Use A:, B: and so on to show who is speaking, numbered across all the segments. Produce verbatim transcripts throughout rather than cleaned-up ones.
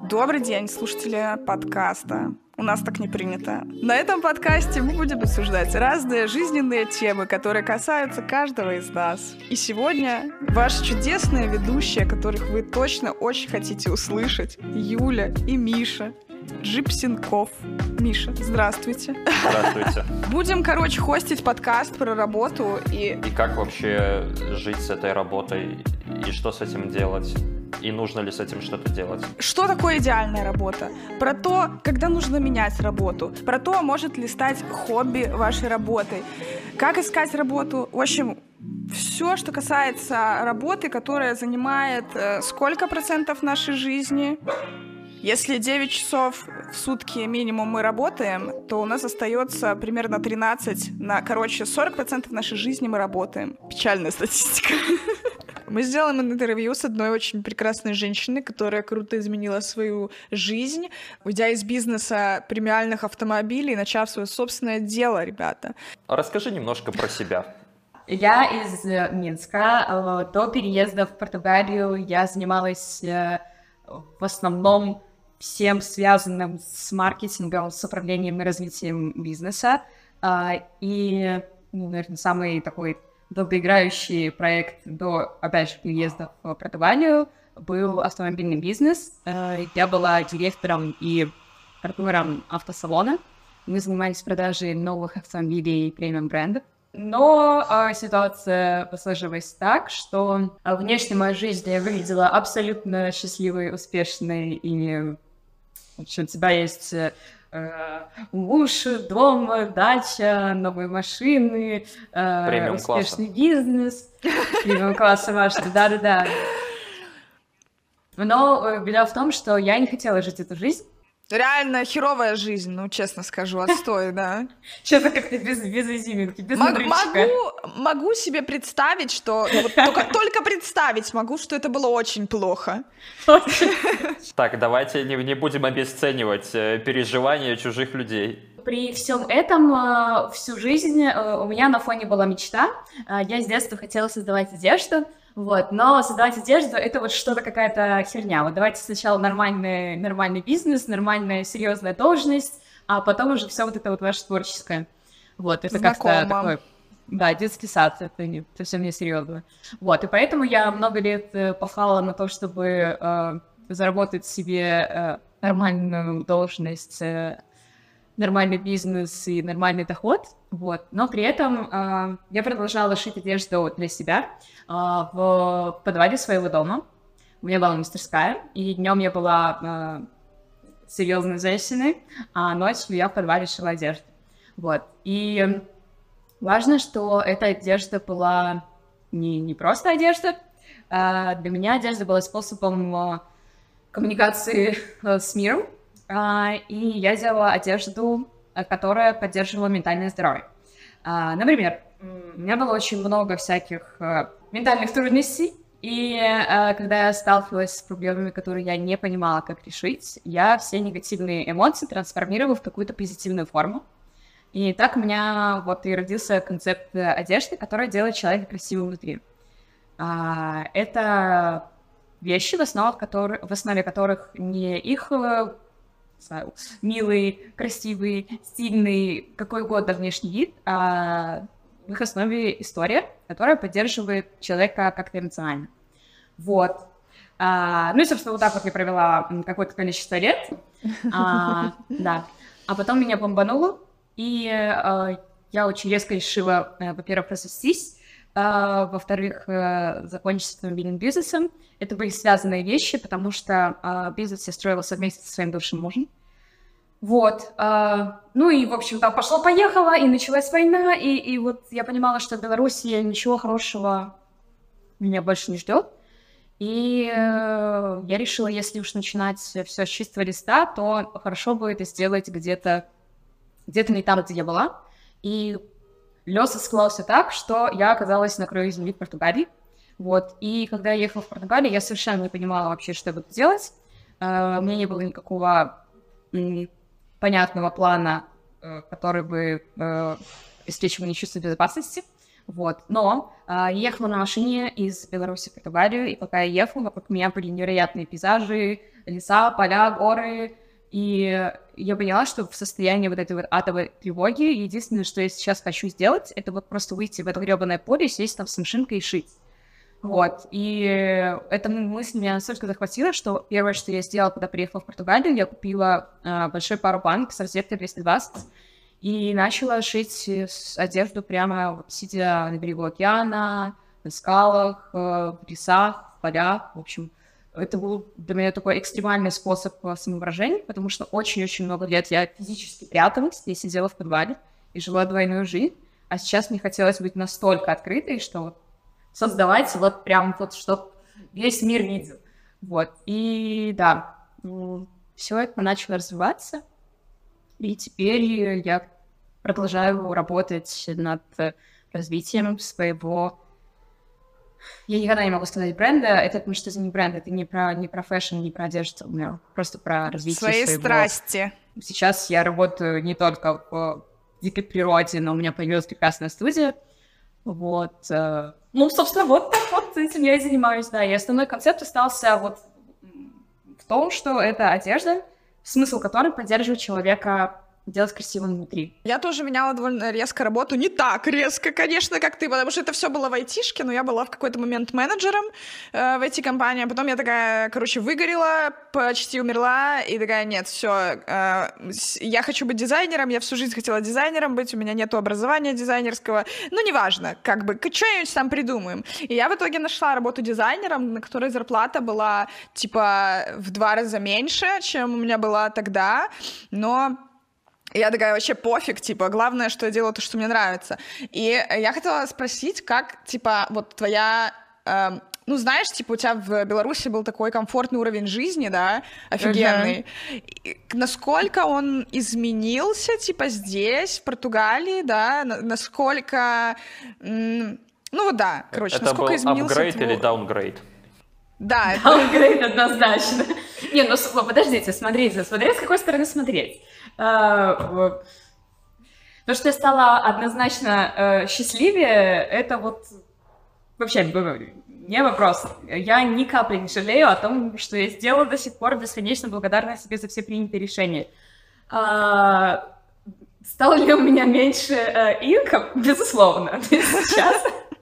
A: Добрый день, слушатели подкаста. У нас так не принято. На этом подкасте мы будем обсуждать разные жизненные темы, которые касаются каждого из нас. И сегодня ваши чудесные ведущие, которых вы точно очень хотите услышать, Юля и Миша Джипсенков. Миша, здравствуйте.
B: Здравствуйте.
A: Будем, короче, хостить подкаст про работу и...
B: И как вообще жить с этой работой, и что с этим делать? И нужно ли с этим что-то делать?
A: Что такое идеальная работа? Про то, когда нужно менять работу. Про то, может ли стать хобби вашей работой. Как искать работу. В общем, все, что касается работы, которая занимает э, сколько процентов нашей жизни. Если девять часов в сутки минимум мы работаем, то у нас остается примерно тринадцать. На, короче, сорок процентов нашей жизни мы работаем. Печальная статистика. Мы сделаем интервью с одной очень прекрасной женщиной, которая круто изменила свою жизнь, уйдя из бизнеса премиальных автомобилей, начав свое собственное дело, ребята.
B: Расскажи немножко про себя.
C: Я из Минска. До переезда в Португалию я занималась в основном всем связанным с маркетингом, с управлением и развитием бизнеса. И, ну, наверное, самый такой долгоиграющий проект до, опять же, переезда в Португалию был автомобильный бизнес. Я была директором и партнером автосалона. Мы занимались продажей новых автомобилей премиум брендов. Но э, ситуация сложилась так, что внешне моя жизнь выглядела абсолютно счастливой, успешной, и в общем, у тебя есть э, муж, дом, дача, новые машины, э, успешный бизнес, премиум-класса важно, да-да-да. Но беда в том, что я не хотела жить эту жизнь.
A: Реально херовая жизнь, ну, честно скажу, отстой, да.
C: Что-то как-то без, без изюминки, без
A: М-
C: надрывчика.
A: могу, могу себе представить, что... Ну, вот только, только представить могу, что это было очень плохо.
B: Так, давайте не, не будем обесценивать э, переживания чужих людей.
C: При всем этом э, всю жизнь э, у меня на фоне была мечта. Э, я с детства хотела создавать одежду. Вот, но создавать одежду — это вот что-то, какая-то херня. Вот давайте сначала нормальный, нормальный бизнес, нормальная серьезная должность, а потом уже все вот это вот ваше творческое. Вот, это как-то такой, да, детский сад, это не, совсем не серьезно. Вот, и поэтому я много лет пахала на то, чтобы э, заработать себе э, нормальную должность, э, нормальный бизнес и нормальный доход, вот. Но при этом э, я продолжала шить одежду для себя э, в подвале своего дома. У меня была мастерская, и днем я была э, серьезной женщиной, а ночью я в подвале шила одежду. Вот. И важно, что эта одежда была не, не просто одежда. Э, для меня одежда была способом э, коммуникации э, с миром. Uh, и я делала одежду, которая поддерживала ментальное здоровье. Uh, например, у меня было очень много всяких uh, ментальных трудностей, и uh, когда я сталкивалась с проблемами, которые я не понимала, как решить, я все негативные эмоции трансформировала в какую-то позитивную форму. И так у меня вот и родился концепт одежды, которая делает человека красивым внутри. Uh, это вещи, в основе, которых, в основе которых не их милый, красивый, стильный, какой угодно внешний вид, а в их основе история, которая поддерживает человека как-то эмоционально. Вот. А, ну и, собственно, вот так вот я провела какое-то количество лет. А, да. А потом меня бомбануло, и а, я очень резко решила, во-первых, развестись, а, во-вторых, а, закончить с автомобильным бизнесом. Это были связанные вещи, потому что а, бизнес я строила совместно со своим бывшим мужем. Вот. А, ну и, в общем, там пошло-поехало, и началась война, и, и вот я понимала, что в Беларуси ничего хорошего меня больше не ждет. И э, я решила, если уж начинать все с чистого листа, то хорошо будет это сделать где-то, где-то не там, где я была. И лёс склался так, что я оказалась на краю земли в Португалии. Вот. И когда я ехала в Португалию, я совершенно не понимала вообще, что я буду делать. Uh, у меня не было никакого м, понятного плана, uh, который бы uh, обеспечивал мне чувство безопасности. Вот. Но а, я ехала на машине из Беларуси в Португалию, и пока я ехала, вокруг меня были невероятные пейзажи, леса, поля, горы, и я поняла, что в состоянии вот этой вот адовой тревоги единственное, что я сейчас хочу сделать, это вот просто выйти в это гребаное поле, сесть там с машинкой и шить. Вот, и эта мысль меня настолько захватила, что первое, что я сделала, когда приехала в Португалию, я купила э, большой пару-банк с розеткой двести двадцать и начала шить одежду прямо вот, сидя на берегу океана, на скалах, э, в лесах, в полях, в общем. Это был для меня такой экстремальный способ самовыражения, потому что очень-очень много лет я физически пряталась, я сидела в подвале и жила двойную жизнь, а сейчас мне хотелось быть настолько открытой, что вот создавать вот прям вот, чтобы весь мир видел. Вот. И да, все это начало развиваться, и теперь я продолжаю работать над развитием своего... Я никогда не могу сказать бренда, это потому что это не бренд, это не про, не про фэшн, не про одежду, у просто про развитие
A: Своей
C: своего...
A: страсти.
C: Сейчас я работаю не только в дикой природе, но у меня появилась прекрасная студия. Вот. Ну, собственно, вот так вот этим я и занимаюсь, да. И основной концепт остался вот в том, что это одежда, смысл которой поддерживает человека делать красивым внутри.
A: Я тоже меняла довольно резко работу. Не так резко, конечно, как ты, потому что это все было в айтишке, но я была в какой-то момент менеджером э, в ай ти-компании, а потом я такая, короче, выгорела, почти умерла, и такая, нет, все, э, я хочу быть дизайнером, я всю жизнь хотела дизайнером быть, у меня нету образования дизайнерского, ну, неважно, как бы, что-нибудь там придумаем. И я в итоге нашла работу дизайнером, на которой зарплата была, типа, в два раза меньше, чем у меня была тогда, но... Я такая, вообще пофиг, типа, главное, что я делаю то, что мне нравится. И я хотела спросить, как, типа, вот твоя... Э, ну, знаешь, типа, у тебя в Беларуси был такой комфортный уровень жизни, да, офигенный. Uh-huh. Насколько он изменился, типа, здесь, в Португалии, да, насколько... М- ну, вот да, короче,
B: это
A: насколько
B: был
A: изменился...
B: апгрейд
A: твой...
B: или даунгрейд?
A: Да,
C: даунгрейд однозначно. Не, ну, подождите, смотрите, смотрите, с какой стороны смотреть. То, что я стала однозначно э, счастливее, это вот вообще не вопрос. Я ни капли не жалею о том, что я сделала до сих пор, бесконечно благодарна себе за все принятые решения. А, стало ли у меня меньше э, инком? Безусловно. Сейчас.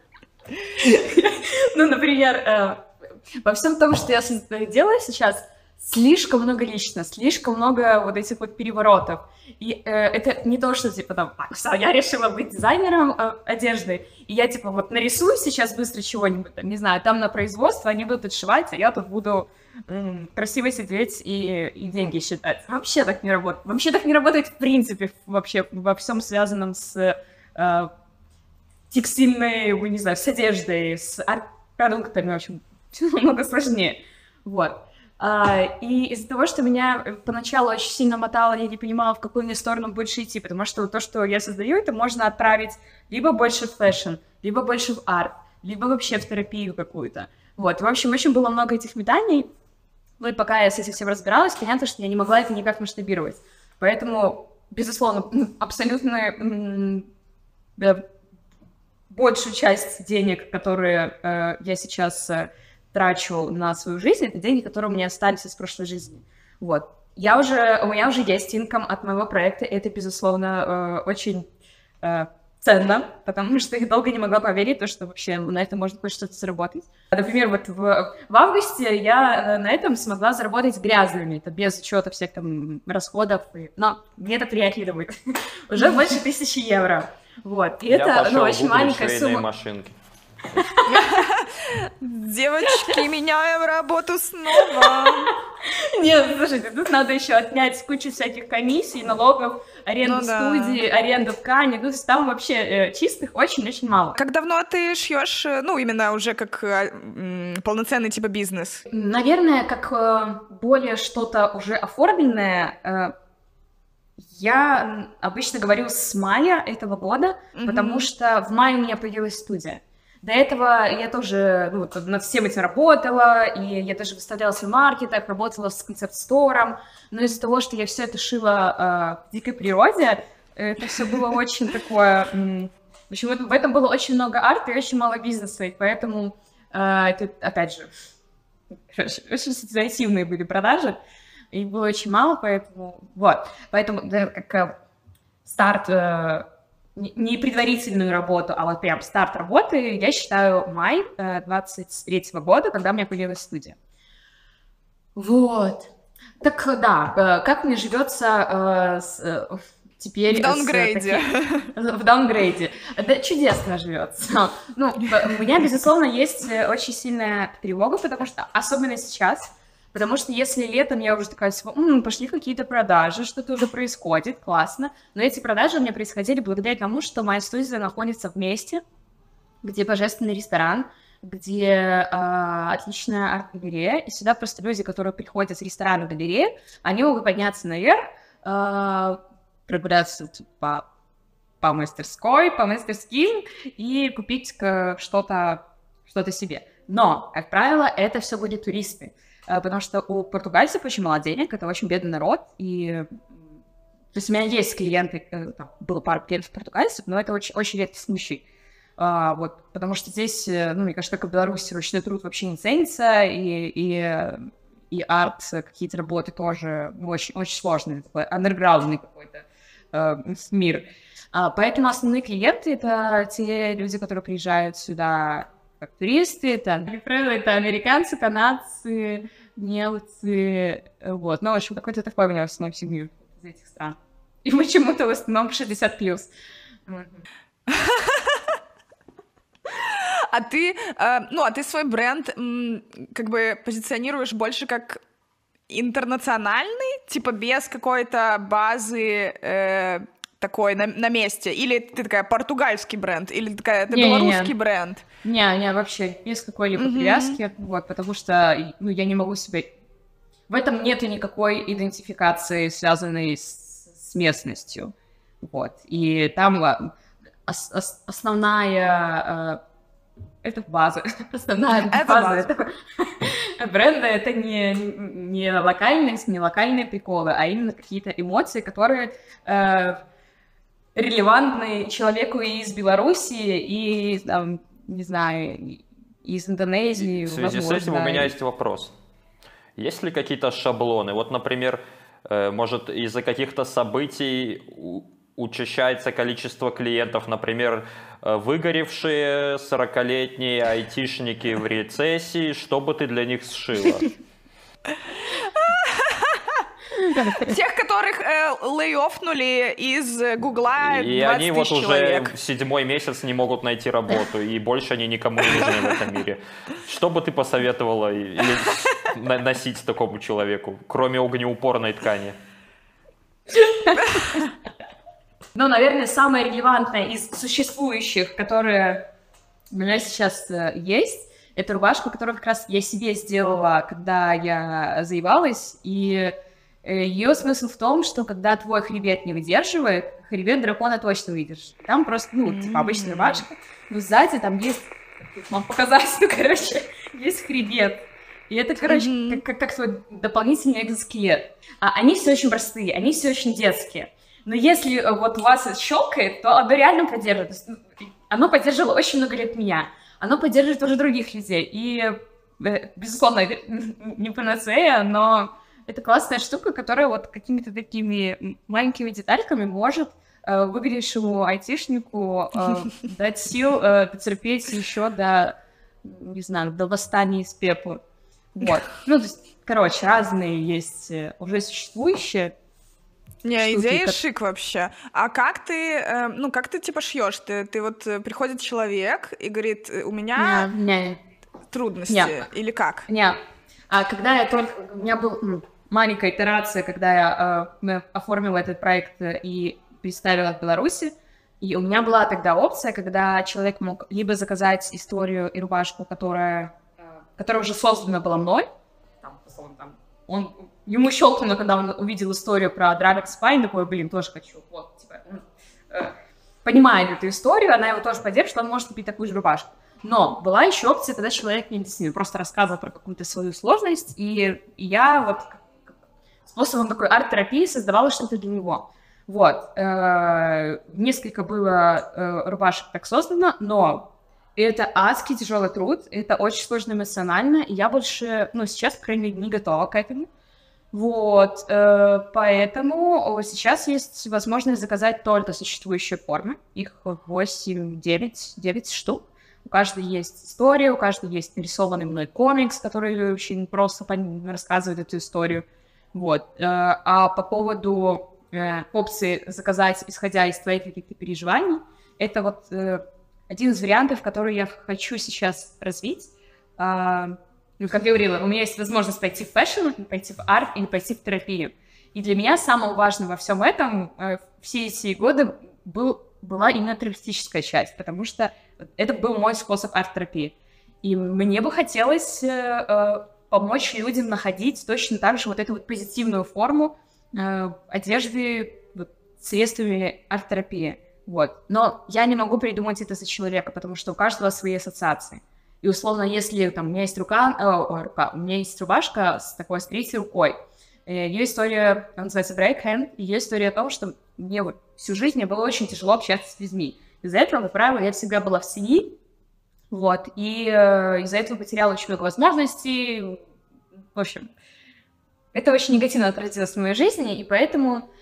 C: Ну, например, э, во всем том, что я делаю сейчас, слишком много лично, слишком много вот этих вот переворотов. И э, это не то, что типа там, так, все, я решила быть дизайнером э, одежды, и я типа вот нарисую сейчас быстро чего-нибудь, там, не знаю, там на производство они будут отшивать, а я тут буду м- красиво сидеть и, и деньги считать. Вообще так не работает. Вообще так не работает в принципе вообще во всем связанном с э, текстильной, не знаю, с одеждой, с арт-продуктами, в общем, все намного сложнее. Вот. Uh, и из-за того, что меня поначалу очень сильно мотало, я не понимала, в какую мне сторону больше идти, потому что то, что я создаю, это можно отправить либо больше в фэшн, либо больше в арт, либо вообще в терапию какую-то. Вот, в общем, очень было много этих метаний, ну и пока я с этим всем разбиралась, понятно, что я не могла это никак масштабировать. Поэтому, безусловно, абсолютно м- м- большую часть денег, которые э, я сейчас... Э, трачу на свою жизнь, это деньги, которые у меня остались из прошлой жизни. Вот. Я уже, у меня уже есть инком от моего проекта, и это, безусловно, э, очень э, ценно, потому что я долго не могла поверить, то, что вообще на этом можно хоть что-то заработать. Например, вот в, в августе я на этом смогла заработать грязными, это без учета всех там расходов, и... но мне это приятнее будет. Уже больше тысячи евро. Вот. И это, ну, очень маленькая сумма.
B: Машинки.
A: Девочки, меняем работу снова.
C: Нет, слушайте, тут надо еще отнять кучу всяких комиссий, налогов, аренду ну, студии, да. аренду ткани. Ну, там вообще э, чистых очень-очень мало.
A: Как давно ты шьешь, ну, именно уже как э, полноценный типа бизнес?
C: Наверное, как э, более что-то уже оформленное. Э, я обычно говорю с мая этого года, mm-hmm. потому что в мае у меня появилась студия. До этого я тоже ну, над всем этим работала, и я даже выставляла свой маркетинг, работала с концепт-стором, но из-за того, что я все это шила э, в дикой природе, это все было очень такое, м- общем, в этом было очень много арта и очень мало бизнеса, и поэтому э, это, опять же, очень ситуативные были продажи, и было очень мало, поэтому, вот, поэтому, да, как старт, э, не предварительную работу, а вот прям старт работы, я считаю, май двадцать третьего года, когда у меня появилась студия. Вот. Так, да, как мне живется э, с, теперь...
A: В даунгрейде.
C: С, в даунгрейде. Да, чудесно живется. Ну, у меня, безусловно, есть очень сильная тревога, потому что, особенно сейчас, потому что если летом я уже такая, м-м, пошли какие-то продажи, что-то уже происходит, классно, но эти продажи у меня происходили благодаря тому, что моя студия находится в месте, где божественный ресторан, где э, отличная арт-галерея, и сюда просто люди, которые приходят с ресторана в галерею, они могут подняться наверх, э, прогуляться по, по мастерской, по мастерским и купить что-то, что-то себе. Но, как правило, это все были туристы, э, потому что у португальцев очень мало денег, это очень бедный народ, и... То есть у меня есть клиенты, э, там, было пару клиентов португальцев, но это очень, очень редкий случай. А, вот, потому что здесь, ну, мне кажется, как в Беларуси ручной труд вообще не ценится, и, и, и арт, какие-то работы тоже очень, очень сложные, такой андерграундный какой-то э, мир. А, поэтому основные клиенты — это те люди, которые приезжают сюда как туристы, это, как правило, это американцы, канадцы, немцы, вот. Ну, в общем, какой-то такой у меня в основном семью из этих стран. И почему-то в основном шестьдесят плюс.
A: А ты, э, ну, а ты свой бренд м, как бы позиционируешь больше как интернациональный, типа без какой-то базы э, такой на, на месте? Или ты такая португальский бренд? Или такая это белорусский бренд?
C: Не, не, вообще без какой-либо mm-hmm. привязки, вот, потому что, ну, я не могу себе... В этом нет никакой идентификации, связанной с, с местностью, вот. И там ос- ос- основная... Э, Это база, основная
A: это
C: база,
A: база.
C: Это... бренда, это не, не локальность, не локальные приколы, а именно какие-то эмоции, которые э, релевантны человеку и из Белоруссии, и, там, не знаю, из Индонезии.
B: В связи
C: возможно,
B: с этим у меня есть вопрос. Есть ли какие-то шаблоны? Вот, например, э, может, из-за каких-то событий учащается количество клиентов, например, выгоревшие сорокалетние айтишники в рецессии, что бы ты для них сшила?
A: Тех, которых э, лей-оффнули из Гугла
B: И они вот уже
A: человек.
B: седьмой месяц не могут найти работу, и больше они никому не нужны в этом мире. Что бы ты посоветовала или носить такому человеку, кроме огнеупорной ткани?
C: Ну, наверное, самое релевантное из существующих, которые у меня сейчас э, есть, это рубашка, которую как раз я себе сделала, когда я заебалась, и э, ее смысл в том, что когда твой хребет не выдерживает, хребет дракона точно выдержит. Там просто, ну, типа обычная рубашка, но сзади там есть, могу показать, ну, короче, есть хребет. И это, короче, mm-hmm. как, как, как свой дополнительный экзоскелет. А они все очень простые, они все очень детские. Но если вот у вас щелкает, то оно реально поддерживает. Оно поддерживало очень много лет меня. Оно поддерживает уже других людей. И, безусловно, это не панацея, но это классная штука, которая вот какими-то такими маленькими детальками может э, выгоревшему айтишнику э, дать сил э, потерпеть еще до, не знаю, до восстания из пепла. Вот. Ну, то есть, короче, разные есть уже существующие.
A: Не,
C: штуки,
A: идея
C: как...
A: шик вообще. А как ты, э, ну, как ты, типа, шьешь? Ты, ты вот приходит человек и говорит, у меня
C: не, не.
A: трудности,
C: не.
A: или как?
C: Не. А когда я только... У меня была маленькая итерация, когда я э, оформила этот проект и представила в Беларуси, и у меня была тогда опция, когда человек мог либо заказать историю и рубашку, которая, э, которая уже создана была мной, там, там, он... Ему щелкнуло, когда он увидел историю про Dragon Spine, такой, блин, тоже хочу, вот, типа, э, понимает эту историю, она его тоже поддержит, он может купить такую же рубашку. Но была еще опция, когда человек мне действительно просто рассказывал про какую-то свою сложность, и, и я вот способом такой арт-терапии создавала что-то для него. Вот. Э, несколько было э, рубашек так создано, но это адский тяжелый труд, это очень сложно эмоционально, и я больше, ну, сейчас, по крайней мере, не готова к этому. Вот, э, поэтому сейчас есть возможность заказать только существующие формы, их восемь девять штук. У каждой есть история, у каждой есть нарисованный мной комикс, который очень просто рассказывает эту историю. Вот. А по поводу опции заказать, исходя из твоих каких-то переживаний, это вот один из вариантов, который я хочу сейчас развить. Ну, как я говорила, у меня есть возможность пойти в фэшн, пойти в арт или пойти в терапию. И для меня самое важное во всем этом все эти годы был, была именно терапевтическая часть, потому что это был мой способ арт-терапии. И мне бы хотелось э, помочь людям находить точно так же вот эту вот позитивную форму э, одежды вот, средствами арт-терапии. Вот. Но я не могу придумать это за человека, потому что у каждого свои ассоциации. И условно, если там, у меня есть рука, э, рука, у меня есть рубашка с такой с третьей рукой, ее история называется Break Hand, и ее история о том, что мне вот всю жизнь мне было очень тяжело общаться с людьми. Из-за этого, как правило, я всегда была в тени, вот, и э, из-за этого потеряла очень много возможностей. В общем, это очень негативно отразилось в моей жизни, и поэтому э,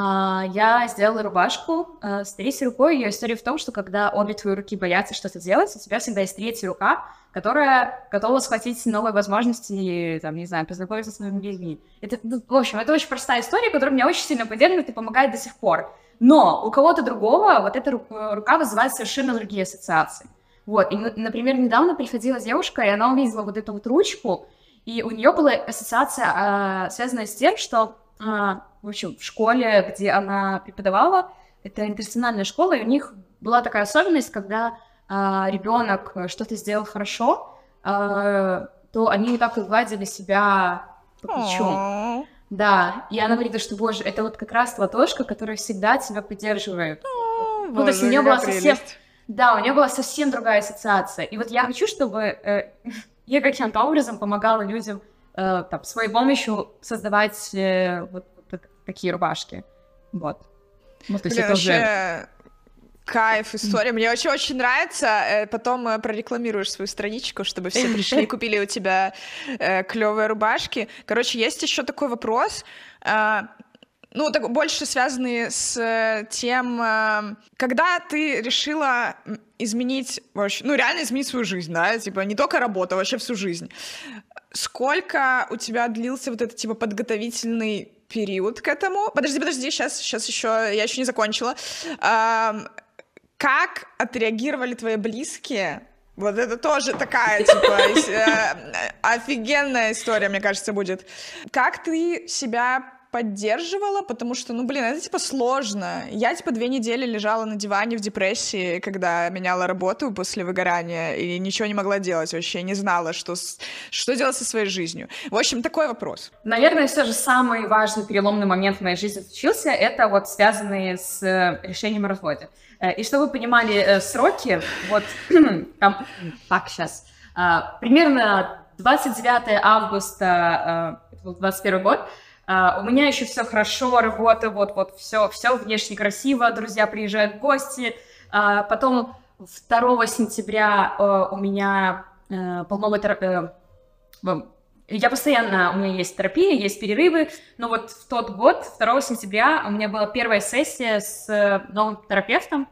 C: я сделала рубашку э, с третьей рукой. Ее история в том, что когда обе твои руки боятся что-то делать, у тебя всегда есть третья рука, которая готова схватить новые возможности, там, не знаю, познакомиться с новыми людьми. Это, ну, в общем, это очень простая история, которая меня очень сильно поддерживает и помогает до сих пор. Но у кого-то другого вот эта рука вызывает совершенно другие ассоциации. Вот, и, например, недавно приходила девушка, и она увидела вот эту вот ручку, и у нее была ассоциация, э, связанная с тем, что, э, в общем, в школе, где она преподавала, это интернациональная школа, и у них была такая особенность, когда э, ребенок что-то сделал хорошо, э, то они так и гладили себя по плечу. Да, и она говорит, что, боже, это вот как раз ладошка, которая всегда тебя поддерживает.
A: О,
C: ну,
A: боже,
C: то есть у нее была
A: прелесть.
C: совсем... Да, у нее была совсем другая ассоциация. И вот я хочу, чтобы э, я каким-то образом помогала людям э, там, своей помощью создавать э, вот, вот такие рубашки. Вот. Вот, то есть
A: Блин,
C: это уже...
A: вообще кайф, история. Мне очень-очень нравится. Потом прорекламируешь свою страничку, чтобы все пришли и купили у тебя э, клевые рубашки. Короче, есть еще такой вопрос. Э, ну, так, больше связанный с тем, э, когда ты решила изменить, вообще, ну, реально изменить свою жизнь, да, типа не только работу, а вообще всю жизнь. Сколько у тебя длился вот этот, типа, подготовительный период к этому? Подожди, подожди, сейчас, сейчас еще, я еще не закончила. Э, Как отреагировали твои близкие? Вот это тоже такая, типа, э, офигенная история, мне кажется, будет. Как ты себя поддерживала? Потому что, ну, блин, это, типа, сложно. Я, типа, две недели лежала на диване в депрессии, когда меняла работу после выгорания, и ничего не могла делать вообще, не знала, что, что делать со своей жизнью. В общем, такой вопрос.
C: Наверное, все же самый важный переломный момент в моей жизни случился, это вот связанный с решением о разводе. И чтобы вы понимали сроки, вот там, так, сейчас, примерно двадцать девятого августа, это был двадцать первый год, у меня еще все хорошо, работа, вот, вот, все, все внешне красиво, друзья приезжают в гости, потом второго сентября у меня полновая терапия, я постоянно, у меня есть терапия, есть перерывы, но вот в тот год, второго сентября, у меня была первая сессия с новым терапевтом,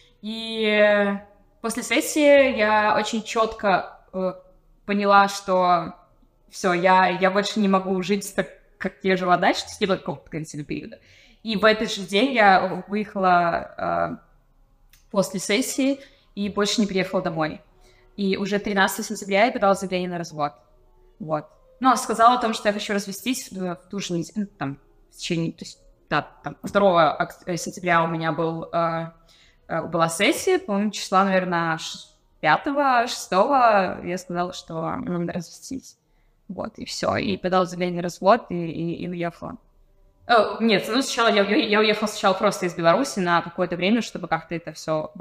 C: и после сессии я очень четко э, поняла, что все, я, я больше не могу жить так, как я жила дальше, то есть не было какого-то конкретного периода. И в этот же день я выехала э, после сессии и больше не приехала домой. И уже тринадцатого сентября я подала заявление на развод. Вот. Ну, сказала о том, что я хочу развестись в, в ту же неделю, там, в течение, то есть, да, там, второго сентября у меня был, э, была сессия, по-моему, числа, наверное, пятого, шестого я сказала, что надо развестись. Вот, и все. И подала заявление на развод, и, и, и уехала. О, нет, ну, сначала я, я уехала сначала просто из Беларуси на какое-то время, чтобы как-то это все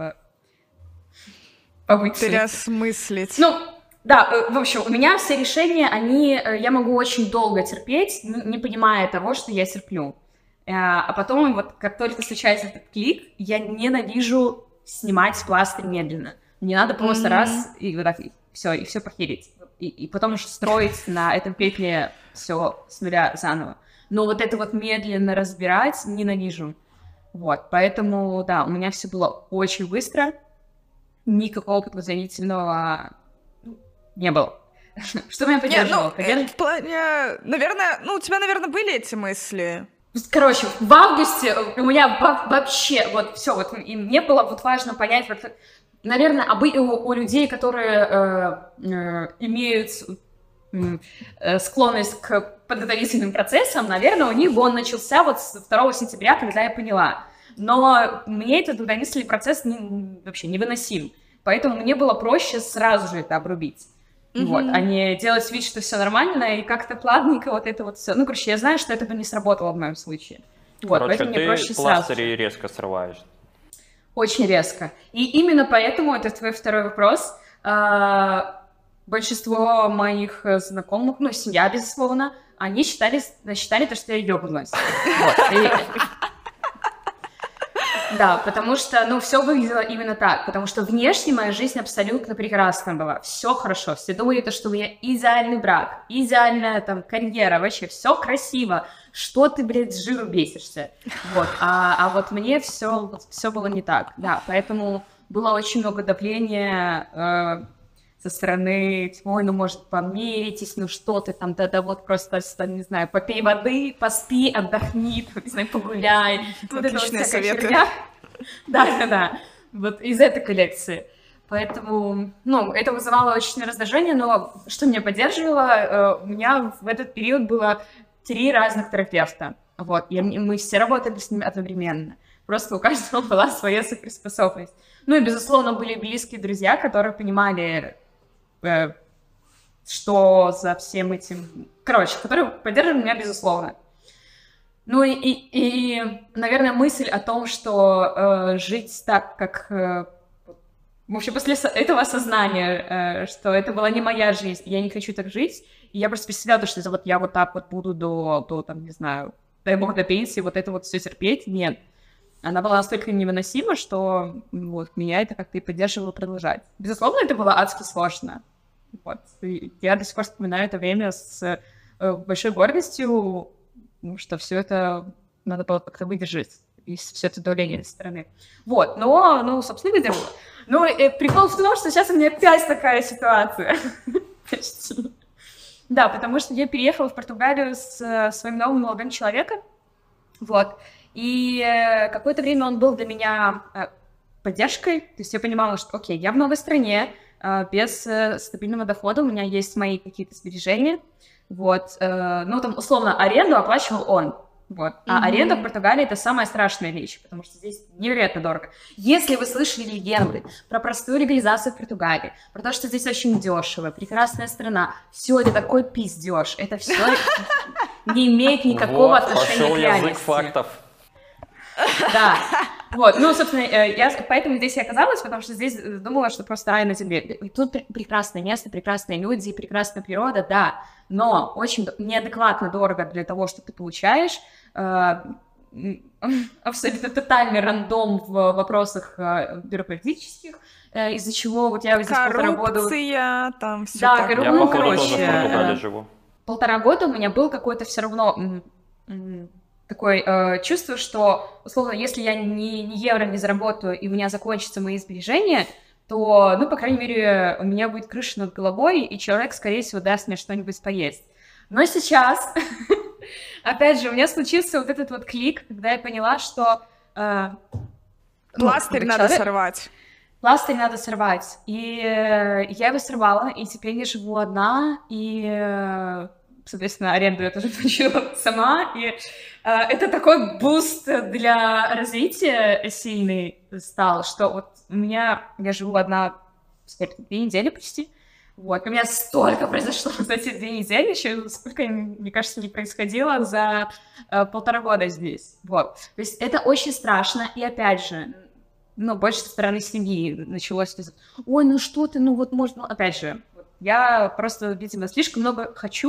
C: повысить.
A: Переосмыслить.
C: Ну, да, в общем, у меня все решения, они, я могу очень долго терпеть, не понимая того, что я терплю. А потом, вот как только случается этот клик, я ненавижу снимать пластырь медленно. Мне надо просто mm-hmm. раз и вот так, и все, и все похерить. И, и потом уже строить на этом петле все с нуля заново. Но вот это вот медленно разбирать ненавижу. Вот, поэтому, да, у меня все было очень быстро. Никакого подготовительного не было. Что меня поддерживало?
A: Не, ну, в плане, наверное, ну, у тебя, наверное, были эти мысли.
C: Короче, в августе у меня вообще, вот, все, вот, и мне было вот важно понять, вот, наверное, об, у, у людей, которые э, э, имеют э, склонность к подготовительным процессам, наверное, у них он начался вот с второго сентября, когда я поняла. Но мне этот подготовительный процесс не, вообще невыносим, поэтому мне было проще сразу же это обрубить. Mm-hmm. Вот, а не делать вид, что все нормально, и как-то плавненько вот это вот все. Ну, короче, я знаю, что это бы не сработало в моем случае. Вот,
B: короче,
C: поэтому мне проще сразу.
B: пластыри резко срываешь.
C: Очень резко. И именно поэтому, это твой второй вопрос, большинство моих знакомых, ну, семья, безусловно, они считали, считали то, что я ёбнулась. Да, потому что, ну, все выглядело именно так, потому что внешне моя жизнь абсолютно прекрасна была, все хорошо, все думали, то, что у меня идеальный брак, идеальная там карьера, вообще все красиво, что ты, блядь, с жиру бесишься, вот, а, а вот мне все, все было не так, да, поэтому было очень много давления э, со стороны, ой, ну, может, помиритесь, ну, что ты там, да-да, вот просто, не знаю, попей воды, поспи, отдохни, не знаю, погуляй.
A: Отличные советы.
C: Да-да-да, вот из этой коллекции. Поэтому, ну, это вызывало очень сильное раздражение, но что меня поддерживало, у меня в этот период было три разных терапевта, вот, и мы все работали с ними одновременно. Просто у каждого была своя суперспособность. Ну и, безусловно, были близкие друзья, которые понимали, э, что за всем этим... Короче, которые поддерживали меня, безусловно. Ну и, и, и наверное, мысль о том, что э, жить так, как... Э, вообще, после этого осознания, э, что это была не моя жизнь, я не хочу так жить, и я просто представляла, что это вот я вот так вот буду до, до там, не знаю, дай бог, до пенсии, вот это вот все терпеть. Нет. Она была настолько невыносима, что вот, меня это как-то и поддерживало продолжать. Безусловно, это было адски сложно. Вот. И я до сих пор вспоминаю это время с э, большой гордостью, что все это надо было как-то выдержать, и все это давление со стороны. Вот, но, ну, собственно, выдержала. Ну, и прикол в том, что сейчас у меня опять такая ситуация. Да, потому что я переехала в Португалию с своим новым молодым человеком, вот. И э, какое-то время он был для меня э, поддержкой, то есть я понимала, что, окей, я в новой стране, э, без э, стабильного дохода, у меня есть мои какие-то сбережения, вот, э, ну, там, условно, аренду оплачивал он, вот, а mm-hmm. аренда в Португалии — это самая страшная вещь, потому что здесь невероятно дорого. Если вы слышали легенды про простую легализацию в Португалии, про то, что здесь очень дешево, прекрасная страна, все это такой пиздеж, это все не имеет никакого отношения к реальности.
B: Язык фактов.
C: Да, вот, ну, собственно, я поэтому здесь и оказалась, потому что здесь думала, что просто рай на земле. И тут прекрасное место, прекрасные люди, прекрасная природа, да, но очень неадекватно дорого для того, что ты получаешь, абсолютно тотальный рандом в вопросах бюрократических, из-за чего вот я здесь полтора года...
A: Коррупция, там все
C: да,
A: так.
C: корру...
B: Я,
C: ну,
B: походу,
C: короче,
B: тоже в Португалии живу.
C: Полтора года у меня был какой-то все равно... такое э, чувство, что, условно, если я ни, ни евро не заработаю, и у меня закончатся мои сбережения, то, ну, по крайней мере, у меня будет крыша над головой, и человек, скорее всего, даст мне что-нибудь поесть. Но сейчас, опять же, у меня случился вот этот вот клик, когда я поняла, что... Э,
A: Пластырь
C: ну,
A: надо
C: человек...
A: сорвать.
C: Пластырь надо сорвать. И э, я его сорвала, и теперь я живу одна, и... Э, соответственно, аренду я тоже плачу сама, и э, это такой буст для развития сильный стал, что вот у меня, я живу одна, сколько, две недели почти, вот, у меня столько произошло за эти две недели, еще сколько, мне кажется, не происходило за э, полтора года здесь, вот, то есть это очень страшно, и опять же, ну, больше со стороны семьи началось, ой, ну что ты, ну вот можно, опять же, я просто, видимо, слишком много хочу,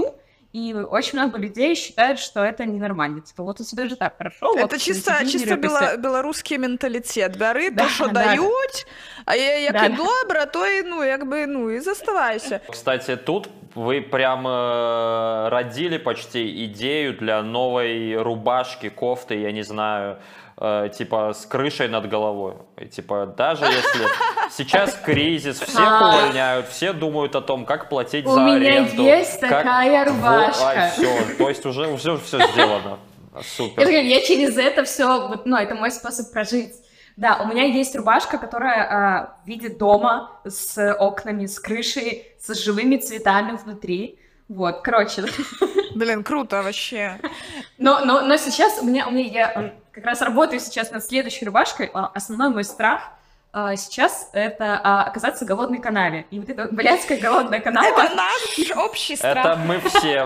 C: и очень много людей считают, что это ненормально. Типа, вот у тебя же так хорошо.
A: Это
C: вот,
A: чисто, чисто бела, белорусский менталитет. Бери
C: да,
A: то, що
C: да,
A: дають, а я як
C: да,
A: і добре, то і, ну, якби, ну, і заставайся.
B: Кстати, тут вы прям э, родили почти идею для новой рубашки, кофты, я не знаю, э, типа с крышей над головой. И, типа, даже если сейчас кризис, всех увольняют, все думают о том, как платить
C: у
B: за
C: меня
B: аренду.
C: есть
B: как...
C: такая рубашка.
B: Вот, а, все, то есть уже, уже все сделано. Супер.
C: Я, я через это все, вот, ну, это мой способ прожить. Да, у меня есть рубашка, которая а, в виде дома с окнами, с крышей, с живыми цветами внутри. Вот, короче.
A: Блин, круто вообще.
C: Но, но, но сейчас у меня, у меня, я как раз работаю сейчас над следующей рубашкой. Основной мой страх а, сейчас это а, оказаться в голодной канаве. И вот эта блядская голодная канава...
A: Это наш общий страх.
B: Это мы все...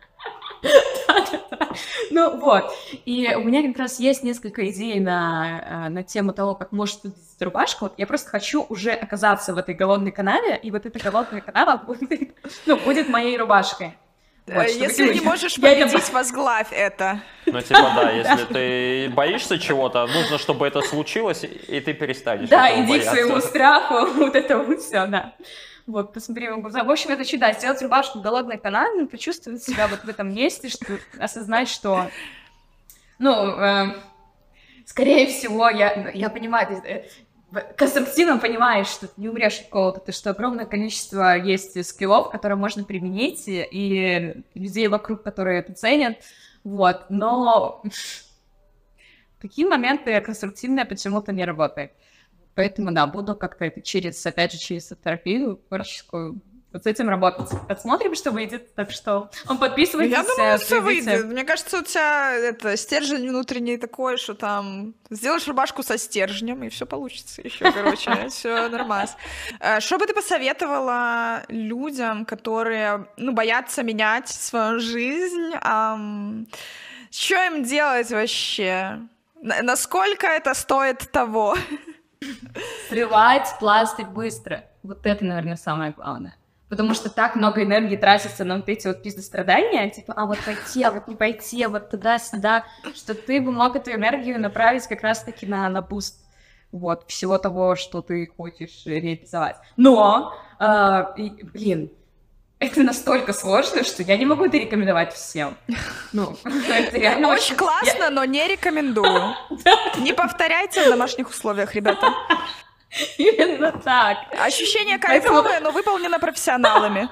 C: Ну вот, и у меня как раз есть несколько идей на, на тему того, как может выглядеть рубашка. Вот я просто хочу уже оказаться в этой голодной канаве, и вот эта голодная канава будет, ну, будет моей рубашкой. Вот,
A: если
C: ты...
A: не можешь победить, это... возглавь это.
B: Ну, типа, да, если ты боишься чего-то, нужно, чтобы это случилось, и ты перестанешь.
C: Да, иди
B: бояться.
C: к своему страху, вот это вот все, да. Вот, посмотри в глаза. В общем, это чудо. Сделать рубашку в голодной канаве, почувствовать себя вот в этом месте, что, осознать, что, ну, э, скорее всего, я, я понимаю, э, конструктивно понимаешь, что ты не умрешь от голода, то что огромное количество есть скиллов, которые можно применить, и людей вокруг, которые это ценят, вот, но такие моменты конструктивные почему-то не работают. Поэтому, да, буду как-то это через, опять же, через терапию творческую вот с этим работать. Посмотрим, что выйдет. Так что он подписывайтесь.
A: Я думаю, все выйдет. Мне кажется, у тебя это, стержень внутренний такой, что там сделаешь рубашку со стержнем, и все получится еще, короче, все нормально. Что бы ты посоветовала людям, которые, ну, боятся менять свою жизнь? Что им делать вообще? Насколько это стоит того?
C: Срывать пластырь быстро. Вот это, наверное, самое главное. Потому что так много энергии тратится на вот эти вот пиздострадания, типа, а вот пойти, а вот не пойти, а вот туда-сюда, что ты бы мог эту энергию направить как раз-таки на, на буст вот, всего того, что ты хочешь реализовать. Но, э, и, блин, это настолько сложно, что я не могу это рекомендовать всем. Ну, это реально
A: очень классно, но не рекомендую. Не повторяйте в домашних условиях, ребята.
C: Именно так.
A: Ощущение кайфовое, но выполнено профессионалами.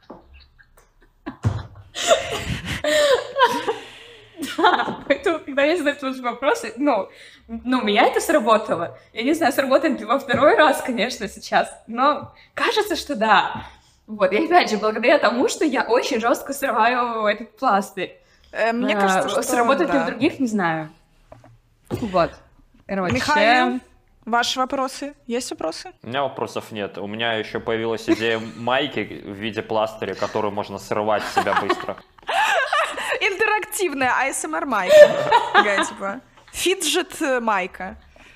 C: Да, поэтому, когда я задаю эти вопросы, ну, ну, у меня это сработало. Я не знаю, сработает ли во второй раз, конечно, сейчас, но кажется, что да. Вот, и опять же, благодаря тому, что я очень жестко срываю этот пластырь.
A: Э, мне а, кажется, что...
C: Сработает
A: да.
C: ли в других, не знаю. Вот. Короче...
A: Михаил, ваши вопросы? Есть вопросы?
B: У меня вопросов нет. У меня еще появилась идея майки в виде пластыря, которую можно срывать с себя быстро.
A: Интерактивная эй эс эм ар-майка. Такая, типа, фиджет-майка.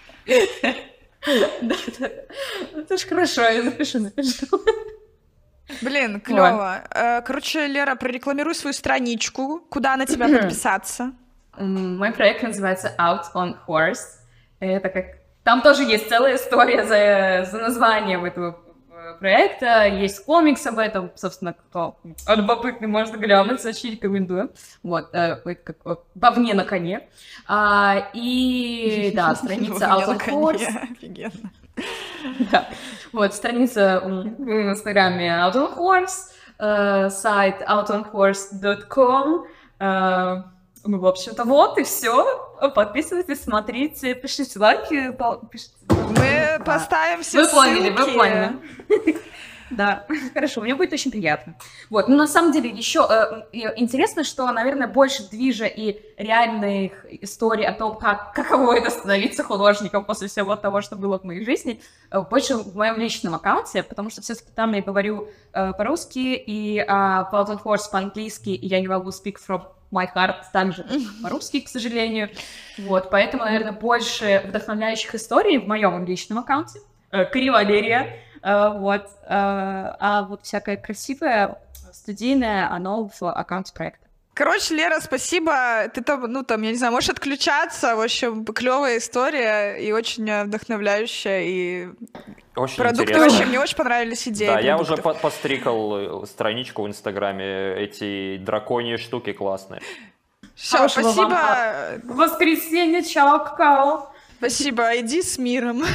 C: Это ж хорошо, я напишу, напишу.
A: Блин, клево. Короче, Лера, прорекламируй свою страничку. Куда на тебя подписаться?
C: Мой проект называется Out on Horse. Это как... Там тоже есть целая история за, за названием этого проекта. Есть комикс об этом, собственно, кто любопытный, может глянуть, очень рекомендую. Вот, как «Бовне на коне». А, и, да, страница Out on Horse.
A: Офигенно.
C: Да. Вот, страница в инстаграме Out on Horse, э, сайт out on horse dot com. Э, ну, в общем-то, вот и все. Подписывайтесь, смотрите, пишите лайки. Пишите.
A: Мы да. поставим все
C: вы
A: ссылки.
C: Поняли, вы поняли. Да, хорошо, мне будет очень приятно. Вот, но на самом деле еще э, интересно, что, наверное, больше движа и реальных историй о том, как, каково это становиться художником после всего того, что было в моей жизни, э, больше в моем личном аккаунте, потому что все-таки там я говорю э, по-русски и э, по Out on Horse по-английски, и я не могу speak from my heart также по-русски, к сожалению. Вот, поэтому, наверное, больше вдохновляющих историй в моем личном аккаунте. Э, Кри Валерия. Uh, вот, uh, а вот всякое красивое студийное, оно в аккаунте проекта.
A: Короче, Лера, спасибо. Ты там, ну там, я не знаю, можешь отключаться. В общем, клевая история и очень вдохновляющая. И
B: очень
A: продукты
B: интересно.
A: вообще мне очень понравились идеи.
B: Да, я
A: продуктов.
B: уже по пострикал страничку в Инстаграме. Эти драконьи штуки классные.
A: Все,
C: Хорошего
A: спасибо.
C: вам воскресенье, чао, какао.
A: Спасибо, иди с миром.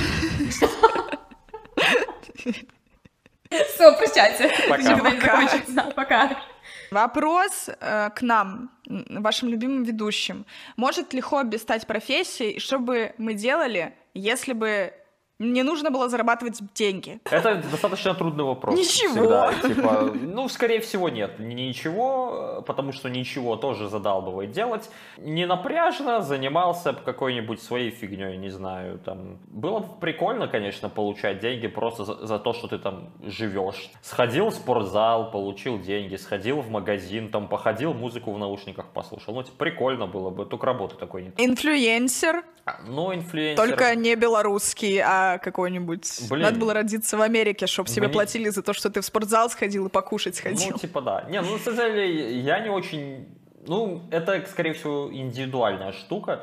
C: Все, прощайте.
B: Пока.
C: Никогда не закончится. Пока.
A: Вопрос э, к нам, вашим любимым ведущим. Может ли хобби стать профессией? И что бы мы делали, если бы не нужно было зарабатывать деньги?
B: Это достаточно трудный вопрос.
A: Ничего.
B: Всегда, типа, ну, скорее всего, нет. Ничего, потому что ничего тоже задалбывает делать. Не напряжно занимался какой-нибудь своей фигней, не знаю. Там. Было бы прикольно, конечно, получать деньги просто за, за то, что ты там живешь. Сходил в спортзал, получил деньги, сходил в магазин, там походил, музыку в наушниках послушал. Ну, типа, прикольно было бы, только работы такой нет.
A: Инфлюенсер,
B: Ну, инфлюенсер...
A: только не белорусский, а какой-нибудь.
B: Блин.
A: Надо было родиться в Америке, чтобы себе
B: Мне-
A: платили за то, что ты в спортзал сходил и покушать сходил.
B: Ну, типа, да. Не, ну, на самом деле, я не очень... Ну, это, скорее всего, индивидуальная штука.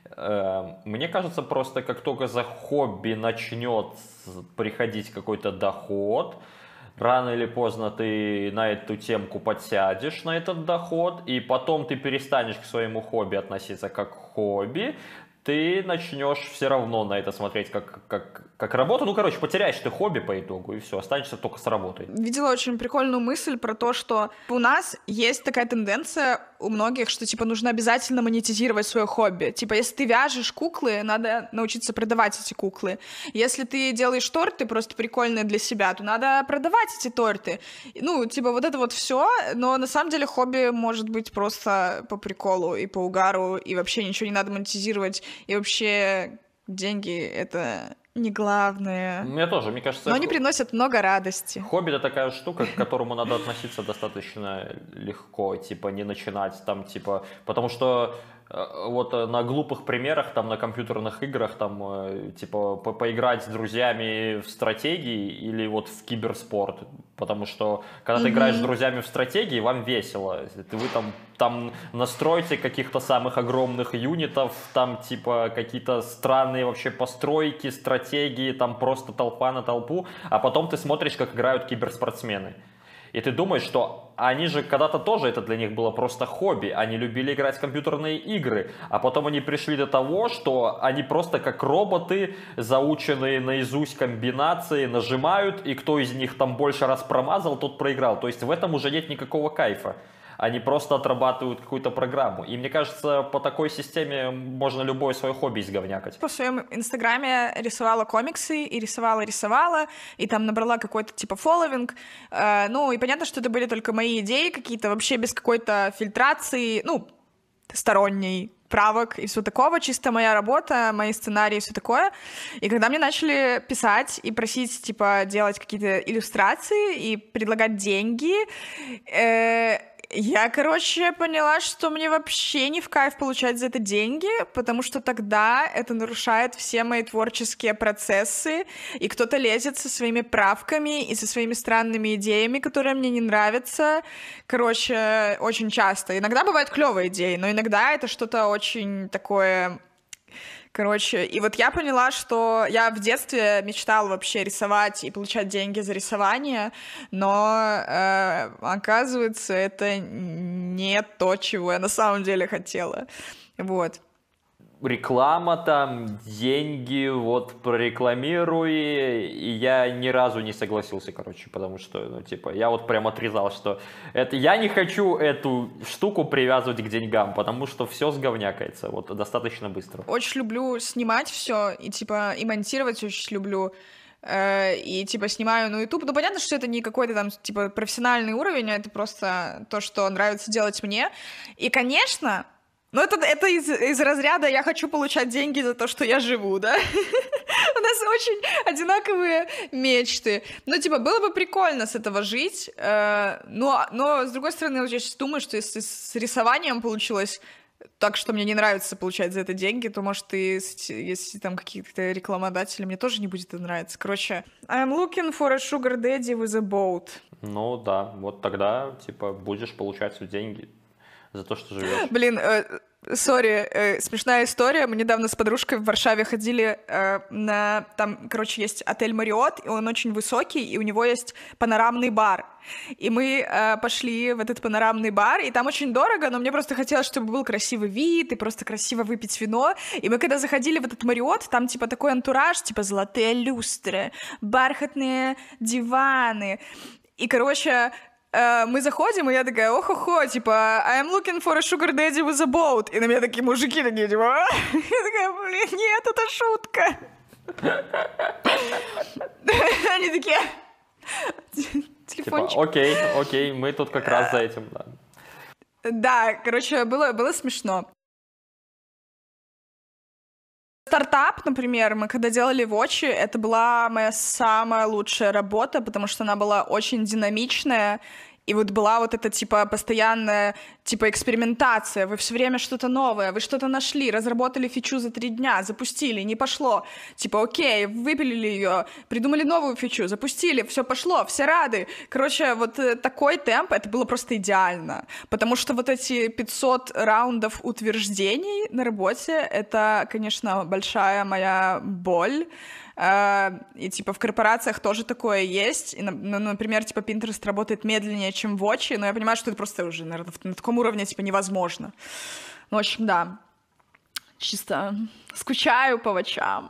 B: Э, Мне кажется, просто как только за хобби начнет приходить какой-то доход, рано или поздно ты на эту темку подсядешь, на этот доход, и потом ты перестанешь к своему хобби относиться как к хобби, ты начнешь все равно на это смотреть как, как, как работу. Ну, короче, потеряешь ты хобби по итогу, и все, останешься только с работой.
A: Видела очень прикольную мысль про то, что у нас есть такая тенденция у многих, что, типа, нужно обязательно монетизировать свое хобби. Типа, если ты вяжешь куклы, надо научиться продавать эти куклы. Если ты делаешь торты просто прикольные для себя, то надо продавать эти торты. Ну, типа, вот это вот все, но на самом деле хобби может быть просто по приколу и по угару, и вообще ничего не надо монетизировать, и вообще деньги — это не главное.
B: Мне тоже, мне кажется...
A: Но они приносят много радости.
B: Хобби — это такая штука, к которому надо относиться достаточно легко, типа не начинать там, типа, потому что э, вот э, на глупых примерах, там на компьютерных играх, там, э, типа, по поиграть с друзьями в стратегии или вот в киберспорт, потому что когда ты
A: Мгм.
B: играешь с друзьями в стратегии, вам весело, Ты- вы там, там настроите каких-то самых огромных юнитов, там типа какие-то странные вообще постройки, стратегии, там просто толпа на толпу, а потом ты смотришь, как играют киберспортсмены. И ты думаешь, что они же когда-то тоже, это для них было просто хобби, они любили играть в компьютерные игры, а потом они пришли до того, что они просто как роботы, заученные наизусть комбинации, нажимают, и кто из них там больше раз промазал, тот проиграл. То есть в этом уже нет никакого кайфа. Они просто отрабатывают какую-то программу. И мне кажется, по такой системе можно любое свое хобби изговнякать.
A: По своем инстаграме рисовала комиксы, и рисовала-рисовала, и там набрала какой-то типа фолловинг. Э, ну, и понятно, что это были только мои идеи какие-то, вообще без какой-то фильтрации, ну, сторонней, правок и все такого, чисто моя работа, мои сценарии и все такое. И когда мне начали писать и просить, типа, делать какие-то иллюстрации и предлагать деньги, э, я, короче, поняла, что мне вообще не в кайф получать за это деньги, потому что тогда это нарушает все мои творческие процессы, и кто-то лезет со своими правками и со своими странными идеями, которые мне не нравятся. Короче, очень часто. Иногда бывают клевые идеи, но иногда это что-то очень такое... Короче, и вот я поняла, что я в детстве мечтала вообще рисовать и получать деньги за рисование, но э, оказывается, это не то, чего я на самом деле хотела. Вот.
B: Реклама там, деньги, вот прорекламируй, и я ни разу не согласился, короче, потому что, ну, типа, я вот прям отрезал, что это, я не хочу эту штуку привязывать к деньгам, потому что все сговнякается, вот, достаточно быстро.
A: Очень люблю снимать все и, типа, и монтировать очень люблю. Э, и, типа, снимаю на YouTube. Ну, понятно, что это не какой-то там, типа, профессиональный уровень, а это просто то, что нравится делать мне. И, конечно... Ну, это, это из, из разряда «я хочу получать деньги за то, что я живу», да? У нас очень одинаковые мечты. Ну, типа, было бы прикольно с этого жить, э, но, но, с другой стороны, я сейчас думаю, что если с рисованием получилось так, что мне не нравится получать за это деньги, то, может, и с- если там какие-то рекламодатели, мне тоже не будет это нравиться. Короче, I'm looking for a sugar daddy with a boat.
B: Ну да, вот тогда, типа, будешь получать деньги за то, что живешь.
A: Блин, сори, э, э, смешная история. Мы недавно с подружкой в Варшаве ходили э, на... Там, короче, есть отель Мариот, и он очень высокий, и у него есть панорамный бар. И мы э, пошли в этот панорамный бар, и там очень дорого, но мне просто хотелось, чтобы был красивый вид, и просто красиво выпить вино. И мы когда заходили в этот Мариот, там типа такой антураж, типа золотые люстры, бархатные диваны. И, короче... Uh, мы заходим, и я такая, ох-хо-хо, типа, I am looking for a sugar daddy with a boat. И на меня такие мужики такие, типа, а? Я такая, блин, нет, это шутка. Они такие, телефончик.
B: Типа, окей, окей, мы тут как раз за этим, да.
A: Да, короче, было, было смешно. Стартап, например, мы когда делали Вотчи, это была моя самая лучшая работа, потому что она была очень динамичная, и вот была вот эта, типа, постоянная, типа, экспериментация. Вы все время что-то новое, вы что-то нашли, разработали фичу за три дня, запустили, не пошло. Типа, окей, выпилили ее, придумали новую фичу, запустили, все пошло, все рады. Короче, вот такой темп, это было просто идеально. Потому что вот эти пятьсот раундов утверждений на работе, это, конечно, большая моя боль. И, типа, в корпорациях тоже такое есть. И, ну, например, типа, Pinterest работает медленнее, чем Вотчи, но я понимаю, что это просто уже, наверное, на таком уровне, типа, невозможно. Ну, в общем, да. Чисто скучаю по Вотчам.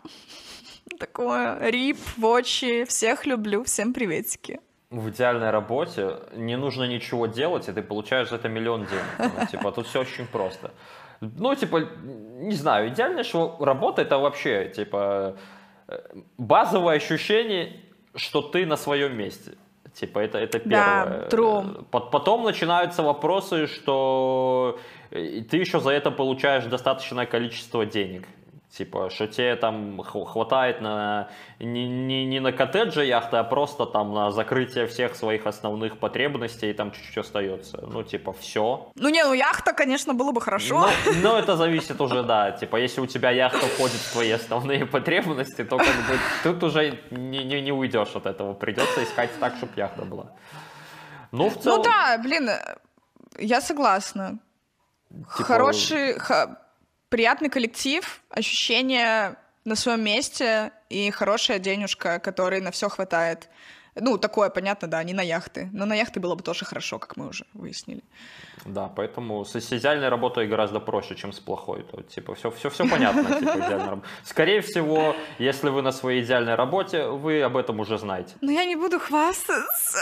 A: Такое. Рип, Вотчи. Всех люблю. Всем приветики.
B: В идеальной работе не нужно ничего делать, и ты получаешь за это миллион денег. Ну, типа, тут все очень просто. Ну, типа, не знаю, идеальная работа — это вообще, типа... базовое ощущение, что ты на своем месте. Типа, это, это первое.
A: Да, true.
B: Потом начинаются вопросы, что ты еще за это получаешь достаточное количество денег. Типа, что тебе там хватает на, не, не, не на коттедже яхты, а просто там на закрытие всех своих основных потребностей, и там чуть-чуть остается. Ну, типа, все.
A: Ну, не, ну, яхта, конечно, было бы хорошо.
B: Но, но это зависит уже, да. Типа, если у тебя яхта входит в твои основные потребности, то как бы тут уже не, не, не уйдешь от этого. Придется искать так, чтобы яхта была. Ну, в целом...
A: Ну, да, блин, я согласна. Типа... Хороший... Приятный коллектив, ощущение на своем месте и хорошая денежка, которой на все хватает. Ну, такое, понятно, да, не на яхты. Но на яхты было бы тоже хорошо, как мы уже выяснили.
B: Да, поэтому с, с идеальной работой гораздо проще, чем с плохой. То, типа, все, все, все понятно. Типа, идеальная... Скорее всего, если вы на своей идеальной работе, вы об этом уже знаете.
A: Но я не буду хвастаться.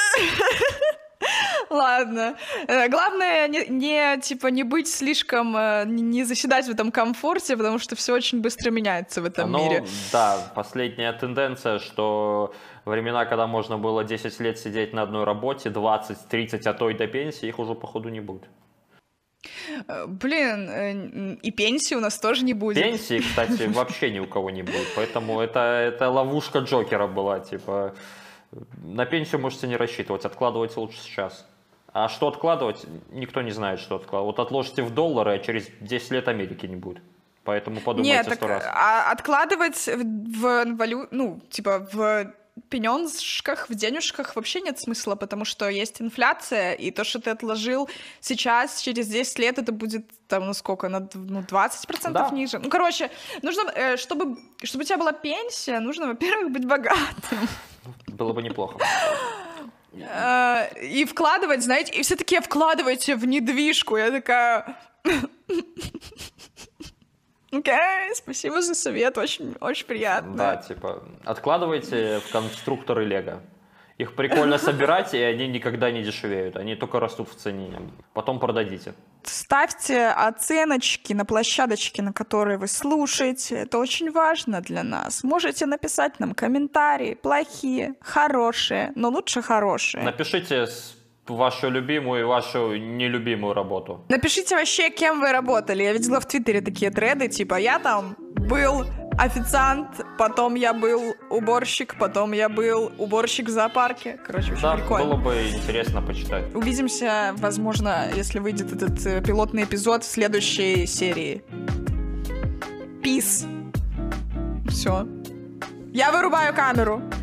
A: Ладно. Главное, не, не, типа, не быть слишком, не заседать в этом комфорте, потому что все очень быстро меняется в этом
B: ну,
A: мире.
B: Да, последняя тенденция, что времена, когда можно было десять лет сидеть на одной работе, двадцать, тридцать, а то и до пенсии, их уже, походу, не будет.
A: Блин, и пенсии у нас тоже не будет.
B: Пенсии, кстати, вообще ни у кого не будет, поэтому это, это ловушка Джокера была, типа... На пенсию можете не рассчитывать, откладывайте лучше сейчас. А что откладывать, никто не знает, что откладывать. Вот отложите в доллары, а через десять лет Америки не будет. Поэтому подумайте сто раз.
A: А откладывать в валю... ну, типа в пенёнжках, в денежках вообще нет смысла, потому что есть инфляция, и то, что ты отложил сейчас, через десять лет, это будет там, ну сколько, на ну, двадцать процентов да. ниже. Ну, короче, нужно, чтобы, чтобы у тебя была пенсия, нужно, во-первых, быть богатым.
B: Было бы неплохо.
A: И вкладывать, знаете, и все такие вкладывайте в недвижку. Я такая... Окей, okay, спасибо за совет, очень, очень приятно.
B: Да, типа, откладывайте в конструкторы Лего. Их прикольно собирать, и они никогда не дешевеют. Они только растут в цене. Потом продадите.
A: Ставьте оценочки на площадочке, на которые вы слушаете. Это очень важно для нас. Можете написать нам комментарии. Плохие, хорошие, но лучше хорошие.
B: Напишите вашу любимую и вашу нелюбимую работу.
A: Напишите вообще, кем вы работали. Я видела в Твиттере такие треды, типа, я там был официант, потом я был уборщик, потом я был уборщик в зоопарке. Короче, очень
B: да,
A: прикольно.
B: Было бы интересно почитать.
A: Увидимся, возможно, если выйдет этот э, пилотный эпизод в следующей серии. Peace. Все. Я вырубаю камеру.